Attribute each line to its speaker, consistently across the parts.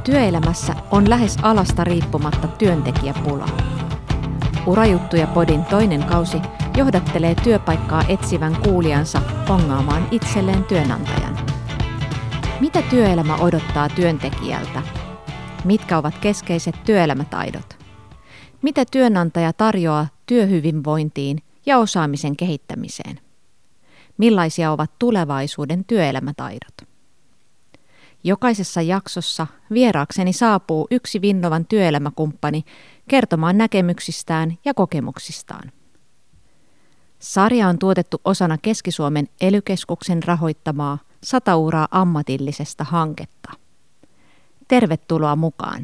Speaker 1: Työelämässä on lähes alasta riippumatta työntekijäpulaa. Urajuttuja podin toinen kausi johdattelee työpaikkaa etsivän kuulijansa bongaamaan itselleen työnantajan. Mitä työelämä odottaa työntekijältä? Mitkä ovat keskeiset työelämätaidot? Mitä työnantaja tarjoaa työhyvinvointiin ja osaamisen kehittämiseen? Millaisia ovat tulevaisuuden työelämätaidot? Jokaisessa jaksossa vieraakseni saapuu yksi Vinnovan työelämäkumppani kertomaan näkemyksistään ja kokemuksistaan. Sarja on tuotettu osana Keski-Suomen ELY-keskuksen rahoittamaa 100 uraa ammatillisesta hanketta. Tervetuloa mukaan!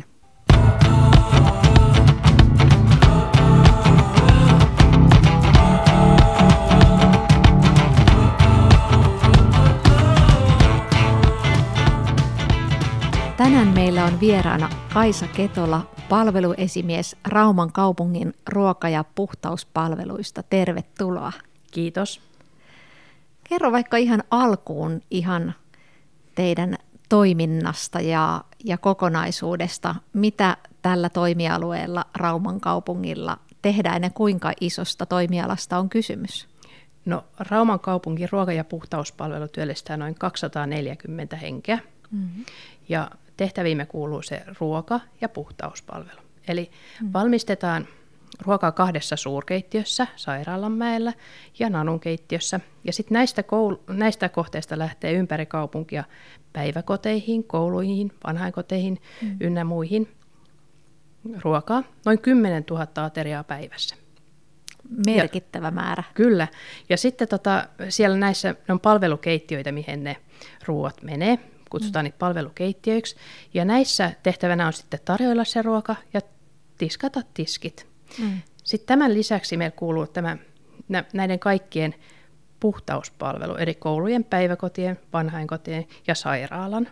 Speaker 1: Tänään meillä on vieraana Kaisa Ketola, palveluesimies Rauman kaupungin ruoka- ja puhtauspalveluista. Tervetuloa.
Speaker 2: Kiitos.
Speaker 1: Kerro vaikka ihan alkuun ihan teidän toiminnasta ja kokonaisuudesta. Mitä tällä toimialueella Rauman kaupungilla tehdään ja kuinka isosta toimialasta on kysymys?
Speaker 2: No, Rauman kaupungin ruoka- ja puhtauspalvelu työllistää noin 240 henkeä. Mm-hmm. Ja tehtäviimme kuuluu se ruoka- ja puhtauspalvelu. Eli valmistetaan ruokaa 2 suurkeittiössä, Sairaalanmäellä ja Nanun keittiössä. Ja sitten näistä kohteista lähtee ympäri kaupunkia päiväkoteihin, kouluihin, vanhainkoteihin ynnä muihin ruokaa. Noin 10 000 ateriaa päivässä.
Speaker 1: Merkittävä määrä.
Speaker 2: Kyllä. Ja sitten siellä näissä on palvelukeittiöitä, mihin ne ruoat menee. Kutsutaan niitä palvelukeittiöiksi. Ja näissä tehtävänä on sitten tarjoilla se ruoka ja tiskata tiskit. Sitten tämän lisäksi meillä kuuluu näiden kaikkien puhtauspalvelu, eli koulujen, päiväkotien, vanhainkotien ja sairaalan.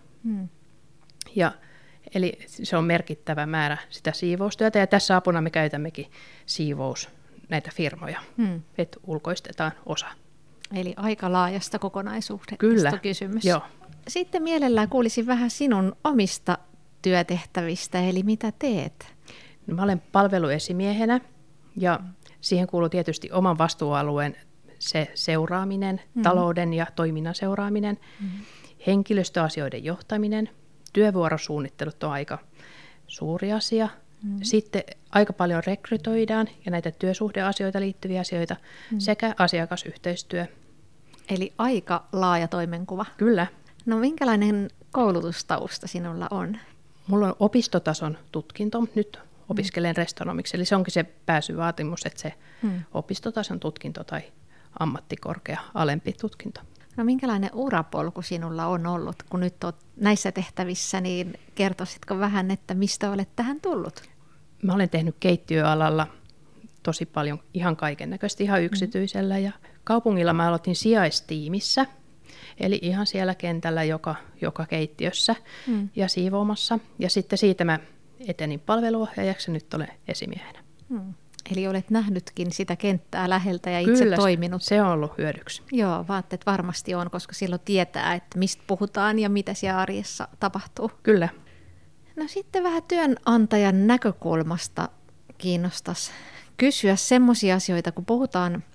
Speaker 2: Eli se on merkittävä määrä sitä siivoustyötä, ja tässä apuna me käytämmekin näitä firmoja, että ulkoistetaan osa.
Speaker 1: Eli aika laajasta kokonaisuudesta
Speaker 2: Kyllä,
Speaker 1: kysymys.
Speaker 2: Joo.
Speaker 1: Sitten mielellään kuulisin vähän sinun omista työtehtävistä, eli mitä teet?
Speaker 2: No, mä olen palveluesimiehenä ja siihen kuuluu tietysti oman vastuualueen se seuraaminen, talouden ja toiminnan seuraaminen, henkilöstöasioiden johtaminen, työvuorosuunnittelut on aika suuri asia. Sitten aika paljon rekrytoidaan ja näitä työsuhdeasioita liittyviä asioita sekä asiakasyhteistyö.
Speaker 1: Eli aika laaja toimenkuva.
Speaker 2: Kyllä.
Speaker 1: No minkälainen koulutustausta sinulla on?
Speaker 2: Mulla on opistotason tutkinto. Nyt opiskelen restonomiksi, eli se onkin se pääsyvaatimus, että se opistotason tutkinto tai ammattikorkea alempi tutkinto.
Speaker 1: No minkälainen urapolku sinulla on ollut, kun nyt olet näissä tehtävissä, niin kertoisitko vähän, että mistä olet tähän tullut?
Speaker 2: Mä olen tehnyt keittiöalalla tosi paljon ihan kaikennäköistä, ihan yksityisellä ja kaupungilla mä aloitin sijaistiimissä, eli ihan siellä kentällä joka keittiössä ja siivoamassa. Ja sitten siitä mä etenin palveluohjaajaksi ja nyt olen esimiehenä.
Speaker 1: Eli olet nähnytkin sitä kenttää läheltä ja itse
Speaker 2: Kyllä,
Speaker 1: toiminut.
Speaker 2: Se on ollut hyödyksi.
Speaker 1: Joo, vaatteet varmasti on, koska silloin tietää, että mistä puhutaan ja mitä siellä arjessa tapahtuu.
Speaker 2: Kyllä.
Speaker 1: No sitten vähän työnantajan näkökulmasta kiinnostaisi kysyä semmoisia asioita, kun puhutaan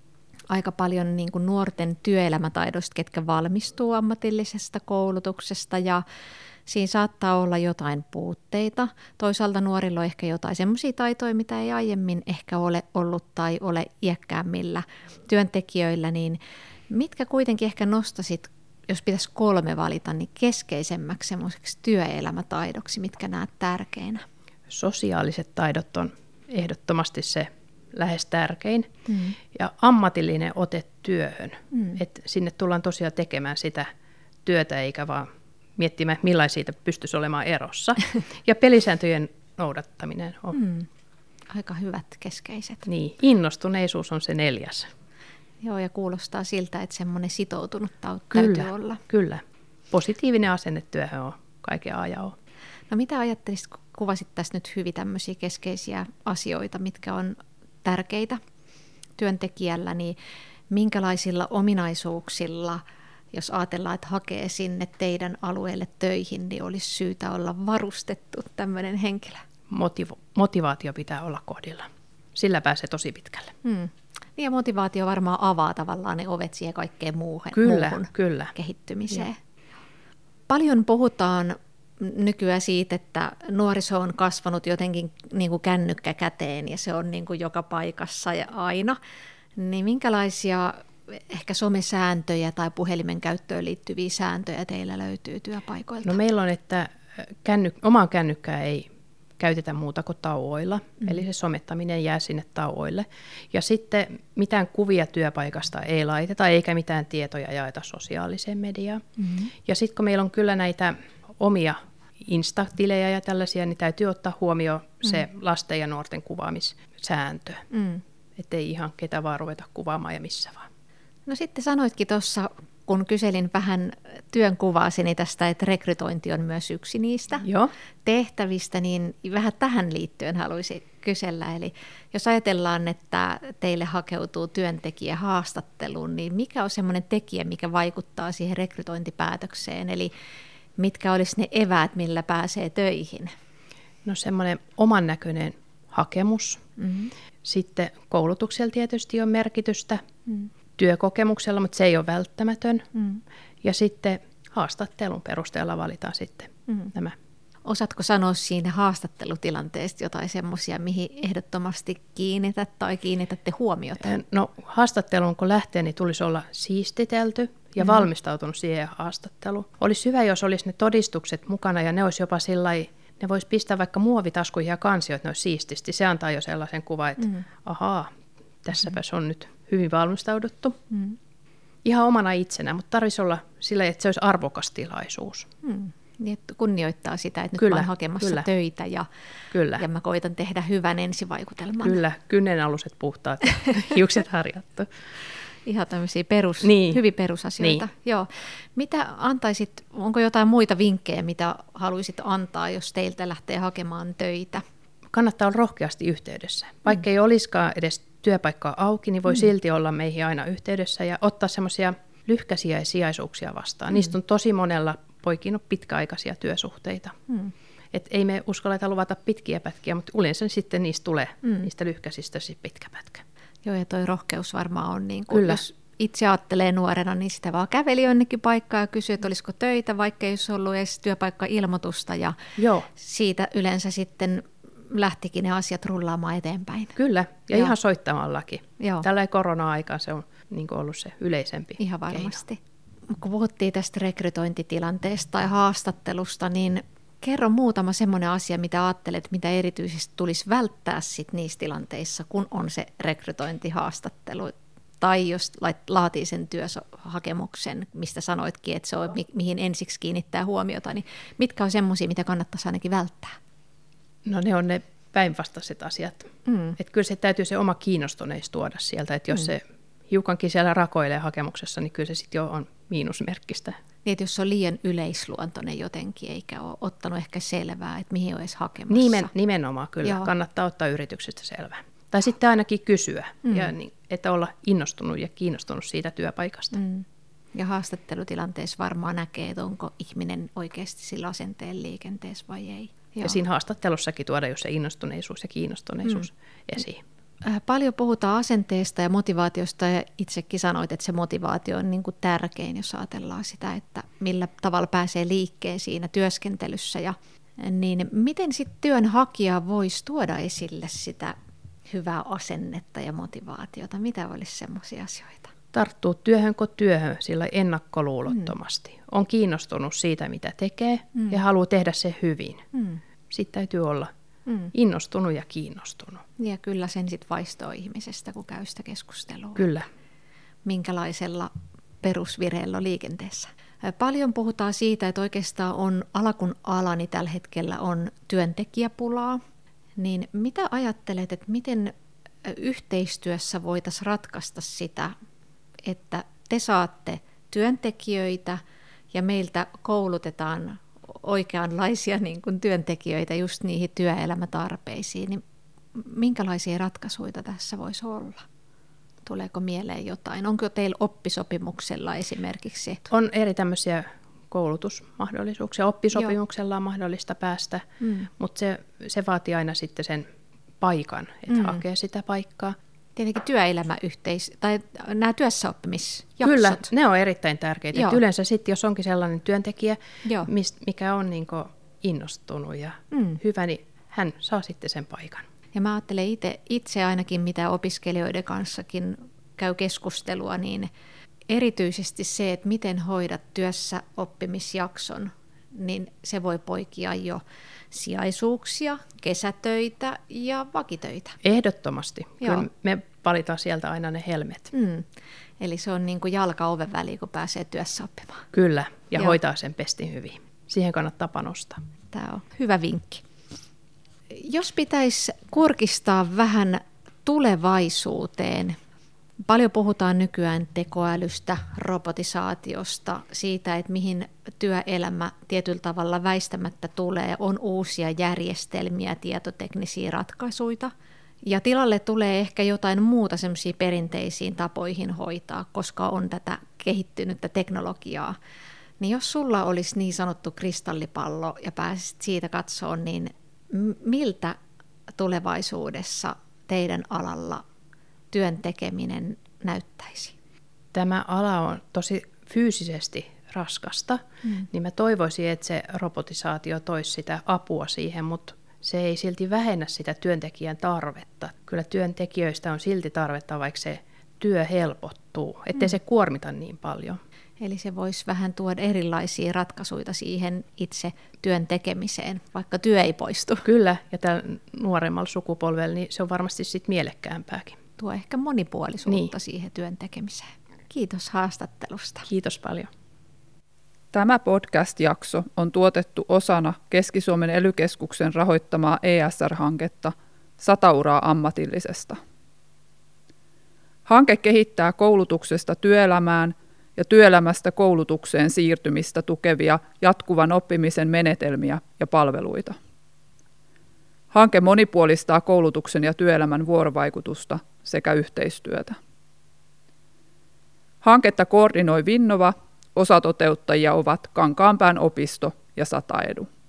Speaker 1: aika paljon niin kuin nuorten työelämätaidoista, ketkä valmistuu ammatillisesta koulutuksesta ja siinä saattaa olla jotain puutteita. Toisaalta nuorilla on ehkä jotain semmoisia taitoja, mitä ei aiemmin ehkä ole ollut tai ole iäkkäämmillä työntekijöillä, niin mitkä kuitenkin ehkä nostasit, jos pitäisi 3 valita, niin keskeisemmäksi semmoiseksi työelämätaidoksi, mitkä näet tärkeinä?
Speaker 2: Sosiaaliset taidot on ehdottomasti se lähes tärkein. Ja ammatillinen ote työhön. Että sinne tullaan tosiaan tekemään sitä työtä, eikä vaan miettimään, millaisia siitä pystyisi olemaan erossa. Ja pelisääntöjen noudattaminen on.
Speaker 1: Aika hyvät keskeiset.
Speaker 2: Niin, innostuneisuus on se 4.
Speaker 1: Joo, ja kuulostaa siltä, että semmoinen sitoutunut täytyy olla.
Speaker 2: Kyllä. Positiivinen asenne työhön on kaiken A ja O.
Speaker 1: No mitä ajattelisit, kun kuvasit tässä nyt hyvin tämmöisiä keskeisiä asioita, mitkä on tärkeitä työntekijällä, niin minkälaisilla ominaisuuksilla jos ajatellaan, että hakee sinne teidän alueelle töihin, niin olisi syytä olla varustettu tämmöinen henkilö?
Speaker 2: Motivaatio pitää olla kohdilla. Sillä pääsee tosi pitkälle.
Speaker 1: Niin ja motivaatio varmaan avaa tavallaan ne ovet siihen kaikkeen muuhun
Speaker 2: Kyllä.
Speaker 1: kehittymiseen. Ja. Paljon puhutaan nykyään siitä, että nuoriso on kasvanut jotenkin niin kuin kännykkä käteen ja se on niin kuin joka paikassa ja aina. Niin minkälaisia ehkä somesääntöjä tai puhelimen käyttöön liittyviä sääntöjä teillä löytyy työpaikoilta?
Speaker 2: No meillä on, että omaa kännykkää ei käytetä muuta kuin tauoilla, eli se somettaminen jää sinne tauoille. Ja sitten mitään kuvia työpaikasta ei laiteta, eikä mitään tietoja jaeta sosiaaliseen mediaan. Ja sitten kun meillä on kyllä näitä omia Insta-tilejä ja tällaisia, niin täytyy ottaa huomioon se lasten ja nuorten kuvaamissääntö. Ettei ihan ketä vaan ruveta kuvaamaan ja missä vaan.
Speaker 1: No sitten sanoitkin tuossa, kun kyselin vähän työnkuvaasini tästä, että rekrytointi on myös yksi niistä tehtävistä, niin vähän tähän liittyen haluaisin kysellä. Eli jos ajatellaan, että teille hakeutuu työntekijä haastatteluun, niin mikä on semmoinen tekijä, mikä vaikuttaa siihen rekrytointipäätökseen? Eli mitkä olisi ne eväät, millä pääsee töihin?
Speaker 2: No semmoinen oman näköinen hakemus. Sitten koulutuksella tietysti on merkitystä. Työkokemuksella, mutta se ei ole välttämätön. Ja sitten haastattelun perusteella valitaan sitten nämä.
Speaker 1: Osaatko sanoa siinä haastattelutilanteesta jotain semmoisia, mihin ehdottomasti kiinnität tai kiinnitätte huomiota?
Speaker 2: No haastatteluun kun lähtee, niin tulisi olla siistitelty ja valmistautunut siihen haastatteluun. Olisi hyvä, jos olisi ne todistukset mukana ja ne olisi jopa sillai, ne voisi pistää vaikka muovitaskuihin ja kansioon, että ne olisi siististi. Se antaa jo sellaisen kuvan, että ahaa, tässäpäs on nyt hyvin valmistauduttu. Ihan omana itsenä, mutta tarvitsisi olla sillä, että se olisi arvokas tilaisuus.
Speaker 1: Niin, että kunnioittaa sitä, että nyt mä olen hakemassa töitä ja mä koitan tehdä hyvän ensivaikutelman.
Speaker 2: Kyllä, kynnenaluset puhtaat ja hiukset harjattu.
Speaker 1: Ihan tämmöisiä hyviä perusasioita.
Speaker 2: Niin.
Speaker 1: Joo. Mitä antaisit, onko jotain muita vinkkejä, mitä haluaisit antaa, jos teiltä lähtee hakemaan töitä?
Speaker 2: Kannattaa olla rohkeasti yhteydessä. Vaikka ei olisikaan edes työpaikkaa auki, niin voi silti olla meihin aina yhteydessä ja ottaa semmoisia lyhkäisiä ja sijaisuuksia vastaan. Niistä on tosi monella poikin pitkäaikaisia työsuhteita. Et ei me uskalleta luvata pitkiä pätkiä, mutta yleensä sitten niistä tulee niistä lyhkäisistä pitkä pätkä.
Speaker 1: Joo, ja toi rohkeus varmaan on niin kuin, jos itse ajattelee nuorena, niin sitä vaan käveli jonnekin paikkaan ja kysyi, että olisiko töitä, vaikka ei olisi ollut edes työpaikka-ilmoitusta. Ja siitä yleensä sitten lähtikin ne asiat rullaamaan eteenpäin.
Speaker 2: Kyllä, ja ihan soittamallakin. Tällä korona-aikaan se on niin kuin ollut se yleisempi
Speaker 1: ihan varmasti. Kun puhuttiin tästä rekrytointitilanteesta tai haastattelusta, niin kerro muutama semmoinen asia, mitä ajattelet, mitä erityisesti tulisi välttää sit niissä tilanteissa, kun on se rekrytointihaastattelu. Tai jos laatii sen työhakemuksen, mistä sanoitkin, että se on mihin ensiksi kiinnittää huomiota, niin mitkä on semmoisia, mitä kannattaisi ainakin välttää?
Speaker 2: No ne on ne päinvastaiset asiat. Että kyllä se täytyy se oma kiinnostuneisuus tuoda sieltä, että jos se hiukankin siellä rakoilee hakemuksessa, niin kyllä se sitten jo on miinusmerkkistä.
Speaker 1: Niin, että jos se on liian yleisluontoinen jotenkin, eikä ole ottanut ehkä selvää, että mihin on edes hakemassa.
Speaker 2: Nimenomaan kyllä, kannattaa ottaa yrityksestä selvää. Tai sitten ainakin kysyä, ja niin, että olla innostunut ja kiinnostunut siitä työpaikasta.
Speaker 1: Ja haastattelutilanteessa varmaan näkee, että onko ihminen oikeasti sillä asenteen liikenteessä vai ei.
Speaker 2: Ja siinä haastattelussakin tuoda jo se innostuneisuus ja kiinnostuneisuus esiin.
Speaker 1: Paljon puhutaan asenteesta ja motivaatiosta ja itsekin sanoit, että se motivaatio on niin kuin tärkein, jos ajatellaan sitä, että millä tavalla pääsee liikkeen siinä työskentelyssä. Niin miten sitten työnhakija voisi tuoda esille sitä hyvää asennetta ja motivaatiota? Mitä olisi semmoisia asioita?
Speaker 2: Tarttuu työhön kuin työhön sillä ennakkoluulottomasti. On kiinnostunut siitä, mitä tekee ja haluaa tehdä se hyvin. Sitten täytyy olla innostunut ja kiinnostunut.
Speaker 1: Ja kyllä sen sitten vaistoo ihmisestä, kun käy sitä keskustelua.
Speaker 2: Kyllä.
Speaker 1: Minkälaisella perusvireellä on liikenteessä. Paljon puhutaan siitä, että oikeastaan on ala kun ala, niin tällä hetkellä on työntekijäpulaa. Niin mitä ajattelet, että miten yhteistyössä voitaisiin ratkaista sitä, että te saatte työntekijöitä ja meiltä koulutetaan oikeanlaisia niin kuin työntekijöitä just niihin työelämätarpeisiin, niin minkälaisia ratkaisuja tässä voisi olla Tuleeko mieleen jotain? Onko teillä oppisopimuksella esimerkiksi?
Speaker 2: On eri tämmöisiä koulutusmahdollisuuksia. Oppisopimuksella on mahdollista päästä, mutta se vaatii aina sitten sen paikan, että hakee sitä paikkaa.
Speaker 1: Tietenkin tai nämä työssäoppimisjaksot.
Speaker 2: Kyllä, ne on erittäin tärkeitä. Yleensä sitten, jos onkin sellainen työntekijä, mikä on niin kuin innostunut ja hyvä, niin hän saa sitten sen paikan.
Speaker 1: Ja mä ajattelen itse ainakin, mitä opiskelijoiden kanssakin käy keskustelua, niin erityisesti se, että miten hoidat työssäoppimisjakson, niin se voi poikia jo sijaisuuksia, kesätöitä ja vakitöitä.
Speaker 2: Ehdottomasti. Kyllä me valitaan sieltä aina ne helmet.
Speaker 1: Eli se on niin kuin jalka oven väliin, kun pääsee työssä oppimaan.
Speaker 2: Kyllä, ja hoitaa sen pestin hyvin. Siihen kannattaa panostaa.
Speaker 1: Tämä on hyvä vinkki. Jos pitäisi kurkistaa vähän tulevaisuuteen, paljon puhutaan nykyään tekoälystä, robotisaatiosta, siitä, että mihin työelämä tietyllä tavalla väistämättä tulee, on uusia järjestelmiä, tietoteknisiä ratkaisuja. Ja tilalle tulee ehkä jotain muuta semmoisiin perinteisiin tapoihin hoitaa, koska on tätä kehittynyttä teknologiaa. Niin jos sulla olisi niin sanottu kristallipallo ja pääsisit siitä katsomaan, niin miltä tulevaisuudessa teidän alalla työn tekeminen näyttäisi?
Speaker 2: Tämä ala on tosi fyysisesti raskasta, niin mä toivoisin, että se robotisaatio toisi sitä apua siihen, mutta se ei silti vähennä sitä työntekijän tarvetta. Kyllä työntekijöistä on silti tarvetta, vaikka se työ helpottuu, ettei se kuormita niin paljon.
Speaker 1: Eli se voisi vähän tuoda erilaisia ratkaisuja siihen itse työn tekemiseen, vaikka työ ei poistu.
Speaker 2: Kyllä, ja tällä nuoremmalla sukupolvella niin se on varmasti sit mielekkäämpääkin.
Speaker 1: Tuo ehkä monipuolisuutta siihen työn tekemiseen. Kiitos haastattelusta.
Speaker 2: Kiitos paljon.
Speaker 3: Tämä podcast-jakso on tuotettu osana Keski-Suomen ELY-keskuksen rahoittamaa ESR-hanketta 100 uraa ammatillisesta. Hanke kehittää koulutuksesta työelämään ja työelämästä koulutukseen siirtymistä tukevia jatkuvan oppimisen menetelmiä ja palveluita. Hanke monipuolistaa koulutuksen ja työelämän vuorovaikutusta sekä yhteistyötä. Hanketta koordinoi Vinnova, osatoteuttajia ovat Kankaanpään opisto ja 100 Edu.